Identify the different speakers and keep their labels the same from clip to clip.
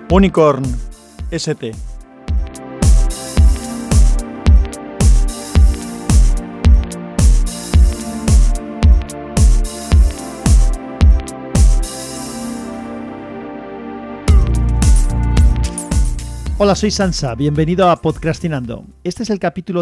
Speaker 1: Unicorn ST. Hola, soy Sansa, bienvenido a Podcastinando. Este es el capítulo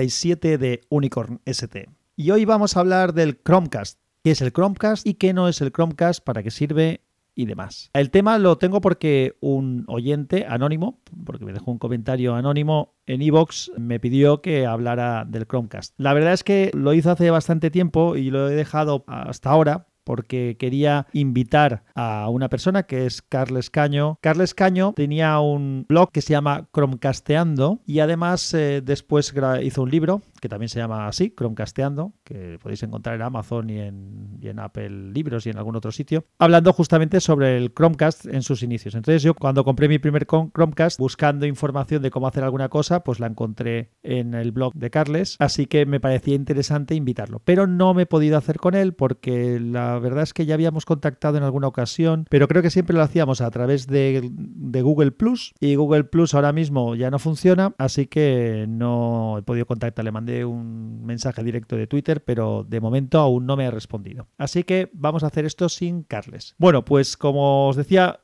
Speaker 1: 37 de Unicorn ST. Y hoy vamos a hablar del Chromecast. ¿Qué es el Chromecast y qué no es el Chromecast? ¿Para qué sirve? Y demás. El tema lo tengo porque un oyente anónimo, porque me dejó un comentario anónimo en iVoox, me pidió que hablara del Chromecast. La verdad es que lo hizo hace bastante tiempo y lo he dejado hasta ahora porque quería invitar a una persona que es Carles Caño. Carles Caño tenía un blog que se llama Chromecasteando y además después hizo un libro que también se llama así, Chromecasteando, que podéis encontrar en Amazon y en Apple Libros y en algún otro sitio, hablando justamente sobre el Chromecast en sus inicios. Entonces yo cuando compré mi primer Chromecast, buscando información de cómo hacer alguna cosa, pues la encontré en el blog de Carles, así que me parecía interesante invitarlo. Pero no me he podido hacer con él porque la verdad es que ya habíamos contactado en alguna ocasión, pero creo que siempre lo hacíamos a través de Google Plus y Google Plus ahora mismo ya no funciona, así que no he podido contactar. Le mandé un mensaje directo de Twitter, pero de momento aún no me ha respondido. Así que vamos a hacer esto sin Carles. Bueno, pues como os decía,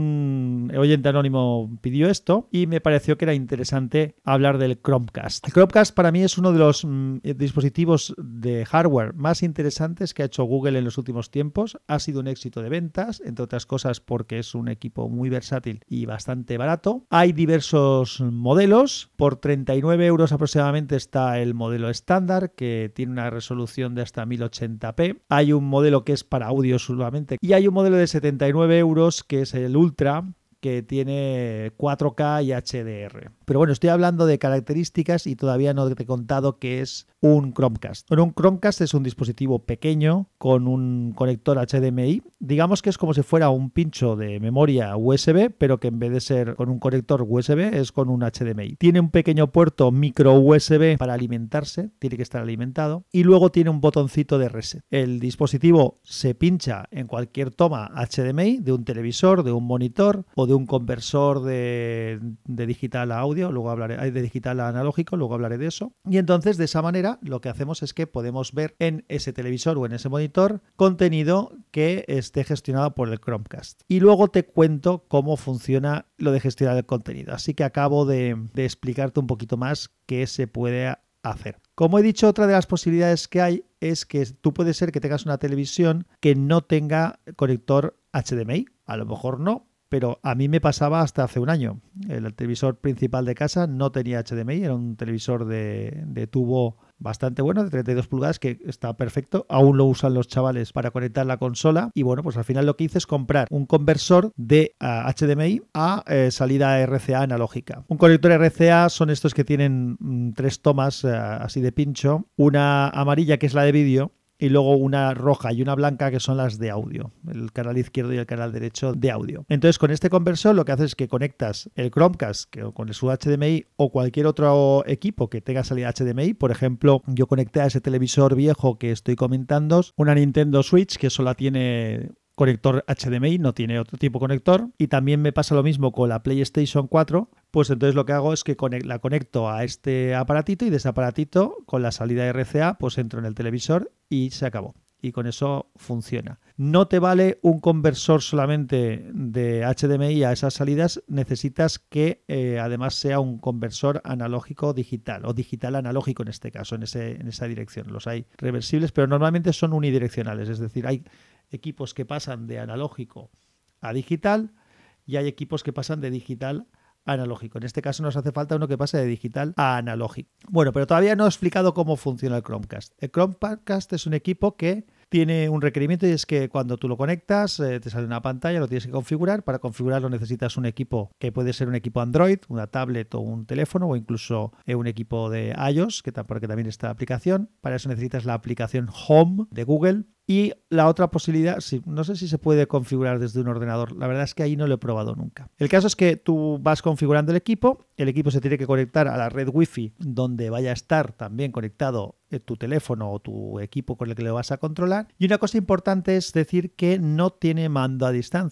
Speaker 1: un oyente anónimo pidió esto y me pareció que era interesante hablar del Chromecast. El Chromecast para mí es uno de los dispositivos de hardware más interesantes que ha hecho Google en los últimos tiempos. Ha sido un éxito de ventas, entre otras cosas porque es un equipo muy versátil y bastante barato. Hay diversos modelos. Por 39 euros aproximadamente está el modelo estándar, que tiene una resolución de hasta 1080p. Hay un modelo que es para audio solamente y hay un modelo de 79 euros que es el Ultra, que tiene 4K y HDR. Pero bueno, estoy hablando de características y todavía no te he contado qué es un Chromecast. Bueno, un Chromecast es un dispositivo pequeño con un conector HDMI. Digamos que es como si fuera un pincho de memoria USB, pero que en vez de ser con un conector USB es con un HDMI. Tiene un pequeño puerto micro USB para alimentarse, tiene que estar alimentado, y luego tiene un botoncito de reset. El dispositivo se pincha en cualquier toma HDMI de un televisor, de un monitor o de un conversor de digital a audio, luego hablaré de digital a analógico, luego hablaré de eso. Y entonces de esa manera lo que hacemos es que podemos ver en ese televisor o en ese monitor contenido que esté gestionado por el Chromecast. Y luego te cuento cómo funciona lo de gestionar el contenido. Así que acabo de explicarte un poquito más qué se puede hacer. Como he dicho, otra de las posibilidades que hay es que tú puedes ser que tengas una televisión que no tenga conector HDMI. A lo mejor no, pero a mí me pasaba hasta hace un año. El televisor principal de casa no tenía HDMI, era un televisor de tubo bastante bueno, de 32 pulgadas, que está perfecto. Aún lo usan los chavales para conectar la consola. Y bueno, pues al final lo que hice es comprar un conversor de HDMI a salida RCA analógica. Un conector RCA son estos que tienen tres tomas así de pincho. Una amarilla, que es la de vídeo, y luego una roja y una blanca, que son las de audio, el canal izquierdo y el canal derecho de audio. Entonces con este conversor lo que haces es que conectas el Chromecast con su HDMI o cualquier otro equipo que tenga salida HDMI. Por ejemplo, yo conecté a ese televisor viejo que estoy comentando una Nintendo Switch que solo tiene conector HDMI, no tiene otro tipo de conector, y también me pasa lo mismo con la PlayStation 4. Pues entonces lo que hago es que la conecto a este aparatito y de ese aparatito con la salida RCA pues entro en el televisor y se acabó. Y con eso funciona. No te vale un conversor solamente de HDMI a esas salidas, necesitas que además sea un conversor analógico digital o digital analógico en este caso, en esa dirección. Los hay reversibles, pero normalmente son unidireccionales, es decir, hay equipos que pasan de analógico a digital y hay equipos que pasan de digital a analógico. En este caso nos hace falta uno que pase de digital a analógico. Bueno, pero todavía no he explicado cómo funciona el Chromecast. El Chromecast es un equipo que tiene un requerimiento y es que cuando tú lo conectas te sale una pantalla, lo tienes que configurar. Para configurarlo necesitas un equipo que puede ser un equipo Android, una tablet o un teléfono o incluso un equipo de iOS, porque también está la aplicación. Para eso necesitas la aplicación Home de Google. Y la otra posibilidad, no sé si se puede configurar desde un ordenador, la verdad es que ahí no lo he probado nunca. El caso es que tú vas configurando el equipo se tiene que conectar a la red Wi-Fi donde vaya a estar también conectado tu teléfono o tu equipo con el que lo vas a controlar. Y una cosa importante es decir que no tiene mando a distancia.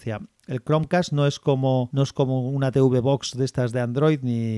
Speaker 1: El Chromecast no es como una TV Box de estas de Android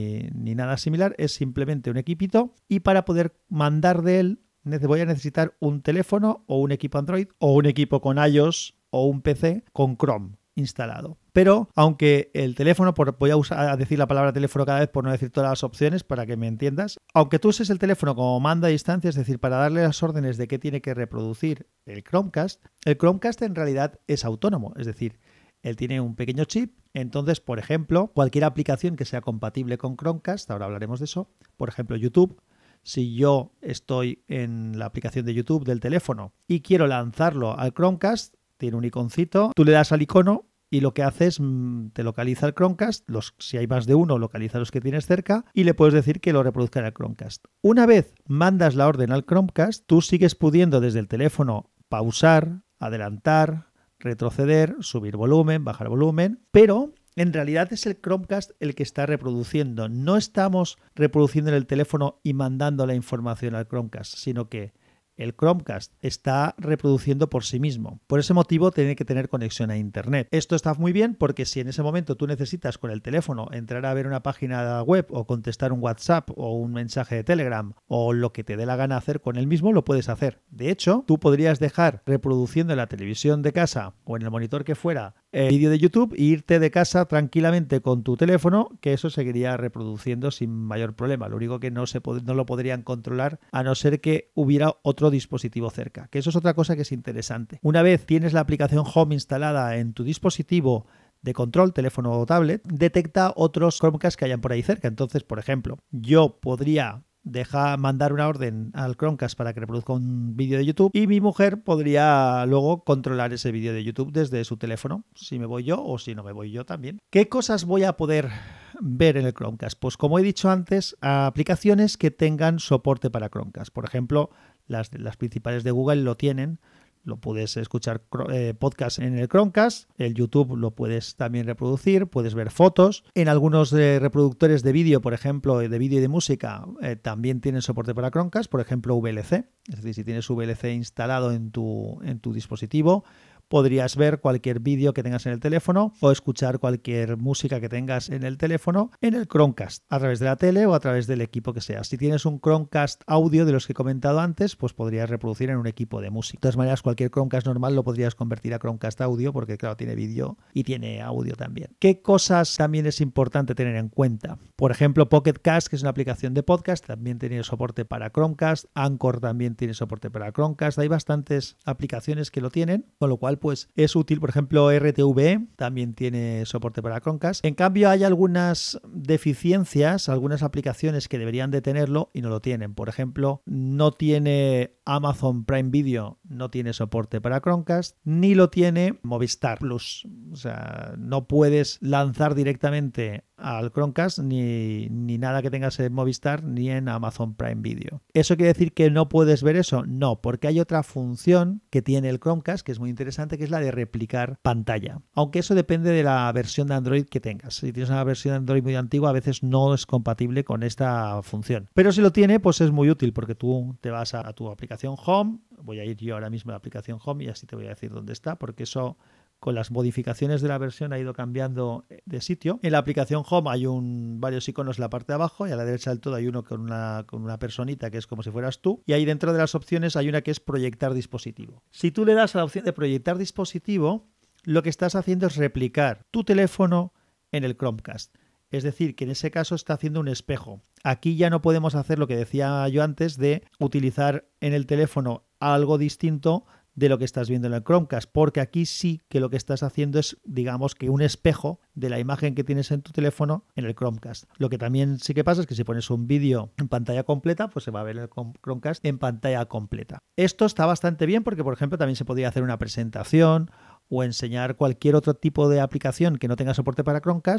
Speaker 1: ni nada similar, es simplemente un equipito y para poder mandar de él voy a necesitar un teléfono o un equipo Android o un equipo con iOS o un PC con Chrome instalado. Pero aunque el teléfono, voy a decir la palabra teléfono cada vez por no decir todas las opciones para que me entiendas, aunque tú uses el teléfono como mando a distancia, es decir, para darle las órdenes de qué tiene que reproducir el Chromecast en realidad es autónomo, es decir, él tiene un pequeño chip, entonces, por ejemplo, cualquier aplicación que sea compatible con Chromecast, ahora hablaremos de eso, por ejemplo YouTube, si yo estoy en la aplicación de YouTube del teléfono y quiero lanzarlo al Chromecast, tiene un iconcito, tú le das al icono y lo que hace es te localiza el Chromecast, si hay más de uno, localiza los que tienes cerca y le puedes decir que lo reproduzca en el Chromecast. Una vez mandas la orden al Chromecast, tú sigues pudiendo desde el teléfono pausar, adelantar, retroceder, subir volumen, bajar volumen, pero en realidad es el Chromecast el que está reproduciendo. No estamos reproduciendo en el teléfono y mandando la información al Chromecast, sino que el Chromecast está reproduciendo por sí mismo. Por ese motivo tiene que tener conexión a Internet. Esto está muy bien porque si en ese momento tú necesitas con el teléfono entrar a ver una página web o contestar un WhatsApp o un mensaje de Telegram o lo que te dé la gana hacer con él mismo, lo puedes hacer. De hecho, tú podrías dejar reproduciendo en la televisión de casa o en el monitor que fuera el vídeo de YouTube e irte de casa tranquilamente con tu teléfono, que eso seguiría reproduciendo sin mayor problema. Lo único que no lo podrían controlar a no ser que hubiera otro dispositivo cerca, que eso es otra cosa que es interesante. Una vez tienes la aplicación Home instalada en tu dispositivo de control, teléfono o tablet, detecta otros Chromecast que hayan por ahí cerca. Entonces, por ejemplo, yo podría mandar una orden al Chromecast para que reproduzca un vídeo de YouTube y mi mujer podría luego controlar ese vídeo de YouTube desde su teléfono, si me voy yo o si no me voy yo también. ¿Qué cosas voy a poder ver en el Chromecast? Pues como he dicho antes, aplicaciones que tengan soporte para Chromecast. Por ejemplo, las principales de Google lo tienen. Lo puedes escuchar podcast en el Chromecast, el YouTube lo puedes también reproducir, puedes ver fotos. En algunos reproductores de vídeo, por ejemplo, de vídeo y de música, también tienen soporte para Chromecast, por ejemplo VLC. Es decir, si tienes VLC instalado en tu dispositivo, podrías ver cualquier vídeo que tengas en el teléfono o escuchar cualquier música que tengas en el teléfono en el Chromecast, a través de la tele o a través del equipo que sea. Si tienes un Chromecast audio de los que he comentado antes, pues podrías reproducir en un equipo de música. De todas maneras, cualquier Chromecast normal lo podrías convertir a Chromecast audio porque, claro, tiene vídeo y tiene audio también. ¿Qué cosas también es importante tener en cuenta? Por ejemplo, Pocket Cast, que es una aplicación de podcast, también tiene soporte para Chromecast. Anchor también tiene soporte para Chromecast. Hay bastantes aplicaciones que lo tienen, con lo cual pues es útil. Por ejemplo, RTVE también tiene soporte para Chromecast. En cambio, hay algunas deficiencias, algunas aplicaciones que deberían de tenerlo y no lo tienen. Por ejemplo, no tiene Amazon Prime Video, no tiene soporte para Chromecast, ni lo tiene Movistar Plus. O sea, no puedes lanzar directamente al Chromecast ni nada que tengas en Movistar ni en Amazon Prime Video. ¿Eso quiere decir que no puedes ver eso? No, porque hay otra función que tiene el Chromecast que es muy interesante, que es la de replicar pantalla. Aunque eso depende de la versión de Android que tengas. Si tienes una versión de Android muy antigua, a veces no es compatible con esta función. Pero si lo tiene, pues es muy útil porque tú te vas a tu aplicación Home. Voy a ir yo ahora mismo a la aplicación Home y así te voy a decir dónde está, porque eso con las modificaciones de la versión ha ido cambiando de sitio. En la aplicación Home hay varios iconos en la parte de abajo y a la derecha del todo hay uno con una personita que es como si fueras tú, y ahí dentro de las opciones hay una que es proyectar dispositivo. Si tú le das a la opción de proyectar dispositivo, lo que estás haciendo es replicar tu teléfono en el Chromecast. Es decir, que en ese caso está haciendo un espejo. Aquí ya no podemos hacer lo que decía yo antes de utilizar en el teléfono algo distinto de lo que estás viendo en el Chromecast, porque aquí sí que lo que estás haciendo es, digamos, que un espejo de la imagen que tienes en tu teléfono en el Chromecast. Lo que también sí que pasa es que si pones un vídeo en pantalla completa, pues se va a ver el Chromecast en pantalla completa. Esto está bastante bien porque, por ejemplo, también se podría hacer una presentación o enseñar cualquier otro tipo de aplicación que no tenga soporte para Chromecast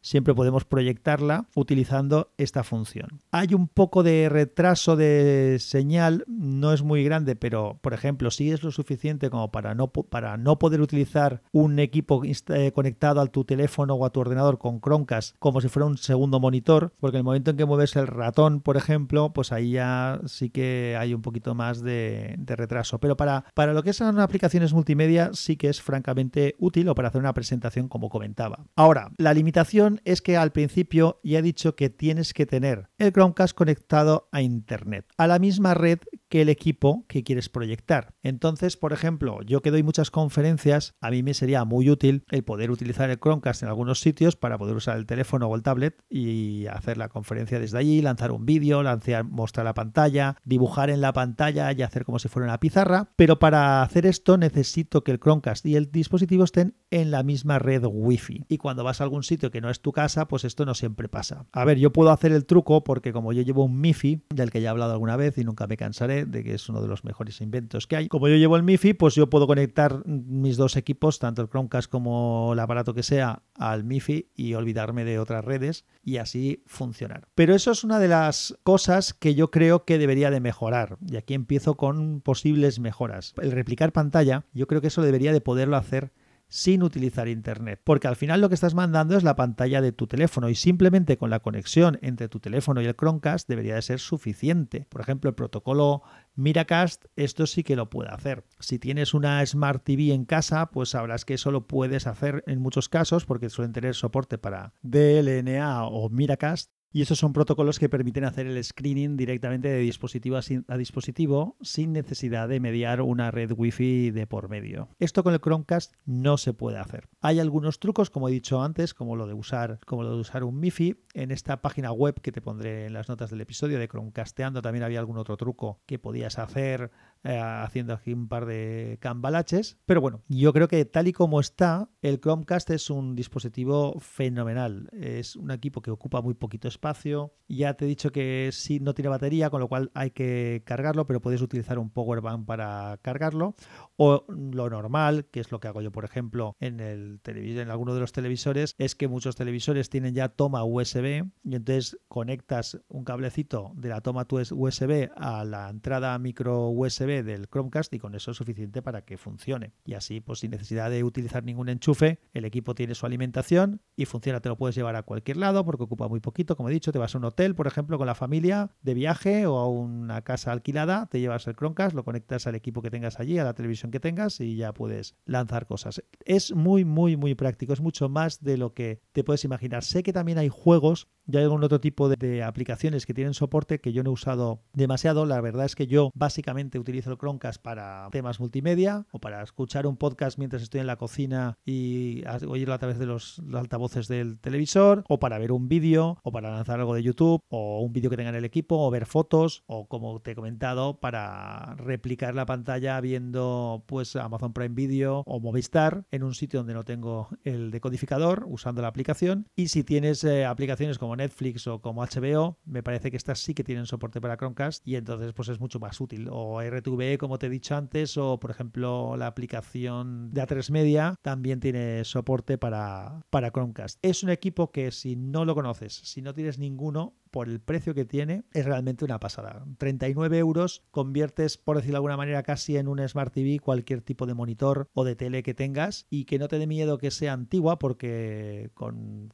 Speaker 1: siempre podemos proyectarla utilizando esta función. Hay un poco de retraso de señal, no es muy grande, pero por ejemplo, si es lo suficiente como para no poder utilizar un equipo conectado a tu teléfono o a tu ordenador con Chromecast como si fuera un segundo monitor, porque en el momento en que mueves el ratón, por ejemplo, pues ahí ya sí que hay un poquito más de retraso. Pero para lo que son aplicaciones multimedia sí que es francamente útil, o para hacer una presentación como comentaba. Ahora, la limitación es que al principio ya he dicho que tienes que tener el Chromecast conectado a Internet, a la misma red que el equipo que quieres proyectar. Entonces, por ejemplo, yo que doy muchas conferencias, a mí me sería muy útil el poder utilizar el Chromecast en algunos sitios para poder usar el teléfono o el tablet y hacer la conferencia desde allí, lanzar un vídeo, mostrar la pantalla, dibujar en la pantalla y hacer como si fuera una pizarra. Pero para hacer esto necesito que el Chromecast y el dispositivo estén en la misma red Wi-Fi. Y cuando vas a algún sitio que no es tu casa, pues esto no siempre pasa. A ver, yo puedo hacer el truco porque como yo llevo un MiFi, del que ya he hablado alguna vez y nunca me cansaré de que es uno de los mejores inventos que hay. Como yo llevo el MiFi, pues yo puedo conectar mis dos equipos, tanto el Chromecast como el aparato que sea, al MiFi y olvidarme de otras redes y así funcionar. Pero eso es una de las cosas que yo creo que debería de mejorar. Y aquí empiezo con posibles mejoras. El replicar pantalla, yo creo que eso debería de poderlo hacer sin utilizar internet, porque al final lo que estás mandando es la pantalla de tu teléfono y simplemente con la conexión entre tu teléfono y el Chromecast debería de ser suficiente. Por ejemplo, el protocolo Miracast esto sí que lo puede hacer. Si tienes una Smart TV en casa, pues sabrás que eso lo puedes hacer en muchos casos porque suelen tener soporte para DLNA o Miracast. Y esos son protocolos que permiten hacer el screening directamente de dispositivo a dispositivo sin necesidad de mediar una red Wi-Fi de por medio. Esto con el Chromecast no se puede hacer. Hay algunos trucos, como he dicho antes, como lo de usar un MiFi. En esta página web que te pondré en las notas del episodio de Chromecasteando también había algún otro truco que podías hacer haciendo aquí un par de cambalaches. Pero bueno, yo creo que tal y como está, el Chromecast es un dispositivo fenomenal. Es un equipo que ocupa muy poquito espacio. Ya te he dicho que sí, no tiene batería, con lo cual hay que cargarlo, pero puedes utilizar un power bank para cargarlo. O lo normal, que es lo que hago yo, por ejemplo, en alguno de los televisores, es que muchos televisores tienen ya toma USB y entonces conectas un cablecito de la toma USB a la entrada micro USB del Chromecast y con eso es suficiente para que funcione. Y así, pues sin necesidad de utilizar ningún enchufe, el equipo tiene su alimentación y funciona. Te lo puedes llevar a cualquier lado porque ocupa muy poquito. Como he dicho, te vas a un hotel, por ejemplo, con la familia de viaje o a una casa alquilada, te llevas el Chromecast, lo conectas al equipo que tengas allí, a la televisión que tengas y ya puedes lanzar cosas. Es muy, muy, muy práctico. Es mucho más de lo que te puedes imaginar. Sé que también hay juegos y hay algún otro tipo de aplicaciones que tienen soporte que yo no he usado demasiado. La verdad es que yo básicamente utilizo el Chromecast para temas multimedia o para escuchar un podcast mientras estoy en la cocina y oírlo a través de los altavoces del televisor, o para ver un vídeo, o para lanzar algo de YouTube, o un vídeo que tenga en el equipo, o ver fotos, o como te he comentado, para replicar la pantalla viendo pues Amazon Prime Video o Movistar en un sitio donde no tengo el decodificador usando la aplicación. Y si tienes aplicaciones como Netflix o como HBO, me parece que estas sí que tienen soporte para Chromecast y entonces pues es mucho más útil. O RTVE, como te he dicho antes, o por ejemplo la aplicación de A3 Media también tiene soporte para Chromecast. Es un equipo que si no lo conoces, si no tienes ninguno, por el precio que tiene, es realmente una pasada. 39 euros conviertes, por decirlo de alguna manera, casi en un Smart TV cualquier tipo de monitor o de tele que tengas, y que no te dé miedo que sea antigua, porque con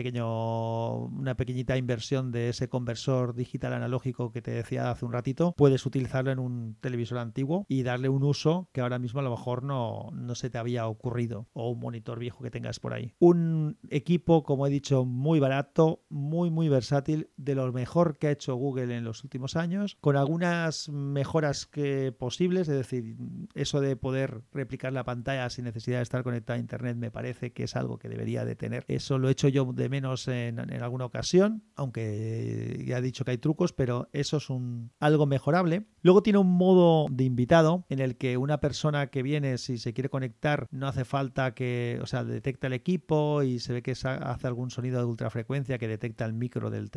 Speaker 1: una pequeñita inversión de ese conversor digital analógico que te decía hace un ratito, puedes utilizarlo en un televisor antiguo y darle un uso que ahora mismo a lo mejor no se te había ocurrido, o un monitor viejo que tengas por ahí. Un equipo, como he dicho, muy barato, muy muy versátil, de lo mejor que ha hecho Google en los últimos años, con algunas mejoras posibles, es decir, eso de poder replicar la pantalla sin necesidad de estar conectado a internet me parece que es algo que debería de tener. Eso lo he hecho yo de menos en alguna ocasión, aunque ya he dicho que hay trucos, pero eso es algo mejorable. Luego tiene un modo de invitado en el que una persona que viene, si se quiere conectar, no hace falta detecta el equipo y se ve que hace algún sonido de ultrafrecuencia que detecta el micro del teléfono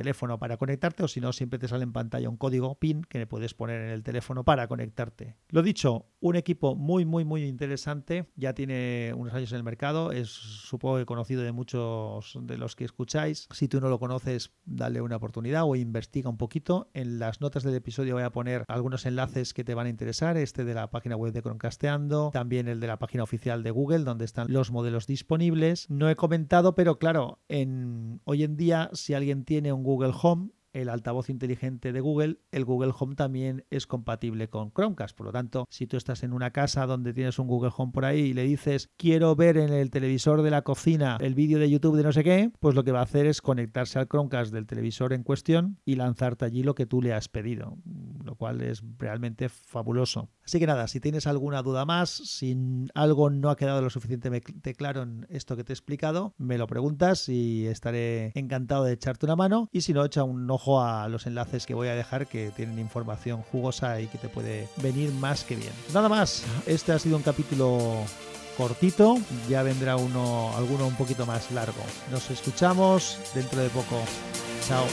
Speaker 1: para conectarte, o si no, siempre te sale en pantalla un código PIN que puedes poner en el teléfono para conectarte. Lo dicho, un equipo muy, muy, muy interesante. Ya tiene unos años en el mercado. Es, supongo que conocido de muchos de los que escucháis. Si tú no lo conoces, dale una oportunidad o investiga un poquito. En las notas del episodio voy a poner algunos enlaces que te van a interesar. Este de la página web de Chromecasteando, también el de la página oficial de Google, donde están los modelos disponibles. No he comentado, pero claro, hoy en día, si alguien tiene un Google Home, el altavoz inteligente de Google, el Google Home también es compatible con Chromecast. Por lo tanto, si tú estás en una casa donde tienes un Google Home por ahí y le dices quiero ver en el televisor de la cocina el vídeo de YouTube de no sé qué, pues lo que va a hacer es conectarse al Chromecast del televisor en cuestión y lanzarte allí lo que tú le has pedido, lo cual es realmente fabuloso. Así que nada, si tienes alguna duda más, si algo no ha quedado lo suficientemente claro en esto que te he explicado, me lo preguntas y estaré encantado de echarte una mano. Y si no, echa un ojo a los enlaces que voy a dejar, que tienen información jugosa y que te puede venir más que bien. Nada más, este ha sido un capítulo cortito, ya vendrá alguno un poquito más largo. Nos escuchamos dentro de poco. Chao.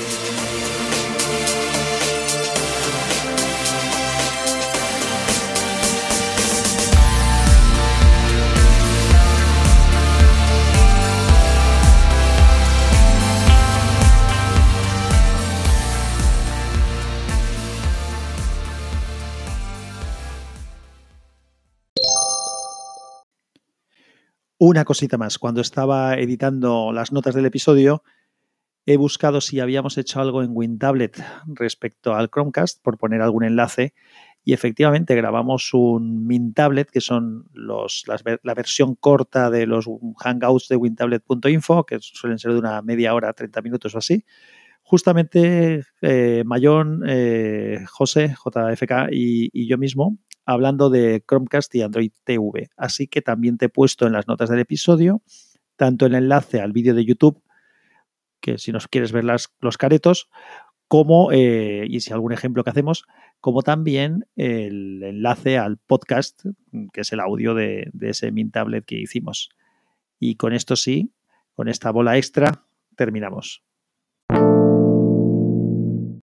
Speaker 1: Una cosita más, cuando estaba editando las notas del episodio, he buscado si habíamos hecho algo en WinTablet respecto al Chromecast, por poner algún enlace, y efectivamente grabamos un MinTablet, que son la versión corta de los Hangouts de wintablet.info, que suelen ser de una media hora, 30 minutos o así. Justamente Mayón, José, JFK y yo mismo, hablando de Chromecast y Android TV. Así que también te he puesto en las notas del episodio tanto el enlace al vídeo de YouTube, que si nos quieres ver los caretos, como, y si algún ejemplo que hacemos, como también el enlace al podcast, que es el audio de ese MinTablet que hicimos. Y con esto sí, con esta bola extra, terminamos.